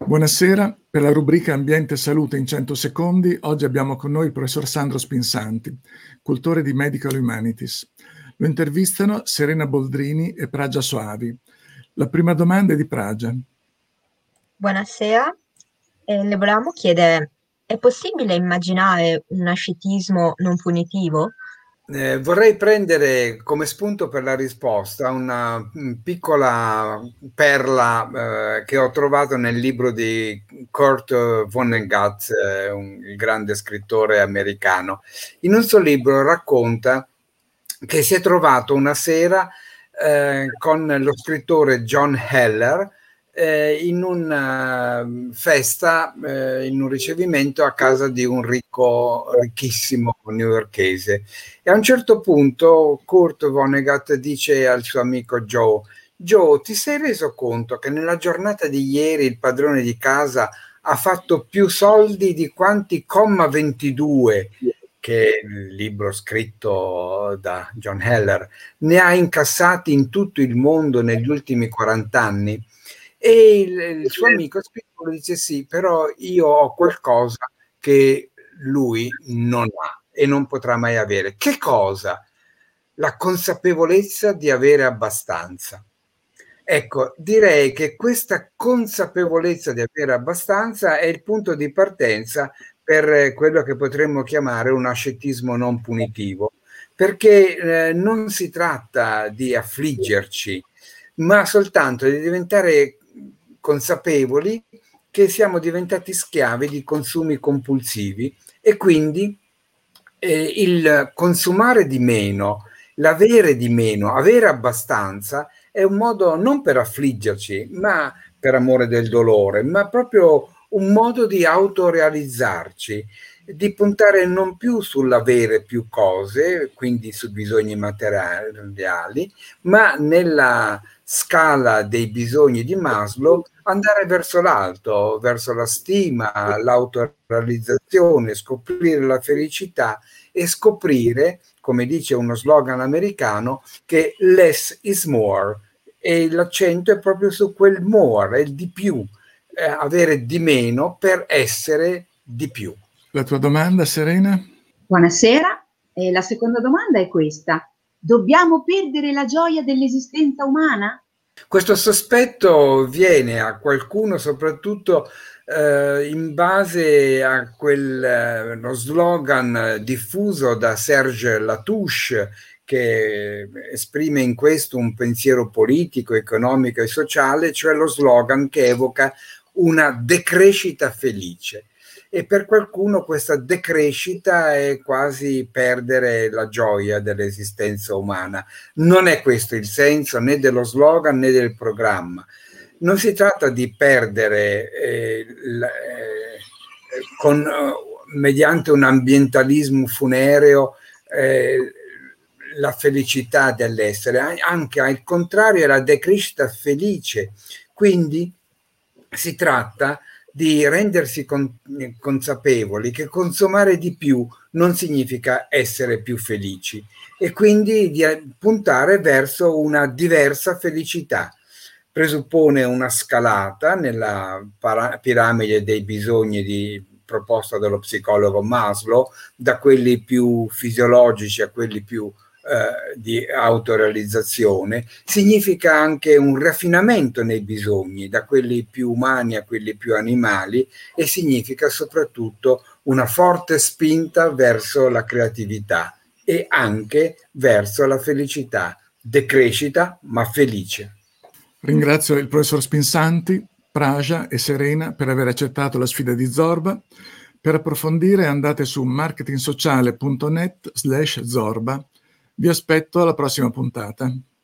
Buonasera, per la rubrica Ambiente e Salute in 100 secondi, oggi abbiamo con noi il professor Sandro Spinsanti, cultore di Medical Humanities. Lo intervistano Serena Boldrini e Pragia Soavi. La prima domanda è di Pragia. Buonasera, le volevamo chiedere, è possibile immaginare un ascetismo non punitivo? Vorrei prendere come spunto per la risposta una piccola perla che ho trovato nel libro di Kurt Vonnegut, il grande scrittore americano. In un suo libro racconta che si è trovato una sera con lo scrittore John Heller in una festa, in un ricevimento a casa di un ricchissimo newyorkese. E a un certo punto Kurt Vonnegut dice al suo amico Joe: Joe, ti sei reso conto che nella giornata di ieri il padrone di casa ha fatto più soldi di quanti comma 22, che è il libro scritto da John Heller, ne ha incassati in tutto il mondo negli ultimi 40 anni? E il suo amico scrittore dice: sì, però io ho qualcosa che lui non ha e non potrà mai avere. Che cosa? La consapevolezza di avere abbastanza. Ecco, direi che questa consapevolezza di avere abbastanza è il punto di partenza per quello che potremmo chiamare un ascetismo non punitivo, perché non si tratta di affliggerci, ma soltanto di diventare consapevoli che siamo diventati schiavi di consumi compulsivi e quindi il consumare di meno, l'avere di meno, avere abbastanza è un modo non per affliggerci, ma per amore del dolore, ma proprio un modo di autorealizzarci, di puntare non più sull'avere più cose, quindi su bisogni materiali, ma nella scala dei bisogni di Maslow andare verso l'alto, verso la stima, l'autorealizzazione, scoprire la felicità e scoprire, come dice uno slogan americano, che less is more, e l'accento è proprio su quel more, è il di più, avere di meno per essere di più. La tua domanda, Serena? Buonasera, la seconda domanda è questa: dobbiamo perdere la gioia dell'esistenza umana? Questo sospetto viene a qualcuno soprattutto in base a lo slogan diffuso da Serge Latouche, che esprime in questo un pensiero politico, economico e sociale, cioè lo slogan che evoca una decrescita felice. E per qualcuno questa decrescita è quasi perdere la gioia dell'esistenza umana. Non è questo il senso né dello slogan né del programma. Non si tratta di perdere mediante un ambientalismo funereo la felicità dell'essere, anche al contrario è la decrescita felice. Quindi si tratta di rendersi consapevoli che consumare di più non significa essere più felici e quindi di puntare verso una diversa felicità. Presuppone una scalata nella piramide dei bisogni proposta dallo psicologo Maslow, da quelli più fisiologici a quelli più di autorealizzazione. Significa anche un raffinamento nei bisogni, da quelli più umani a quelli più animali, e significa soprattutto una forte spinta verso la creatività e anche verso la felicità, decrescita ma felice. Ringrazio il professor Spinsanti, Pragia e Serena per aver accettato la sfida di Zorba. Per approfondire andate su marketingsociale.net/Zorba. Vi aspetto alla prossima puntata.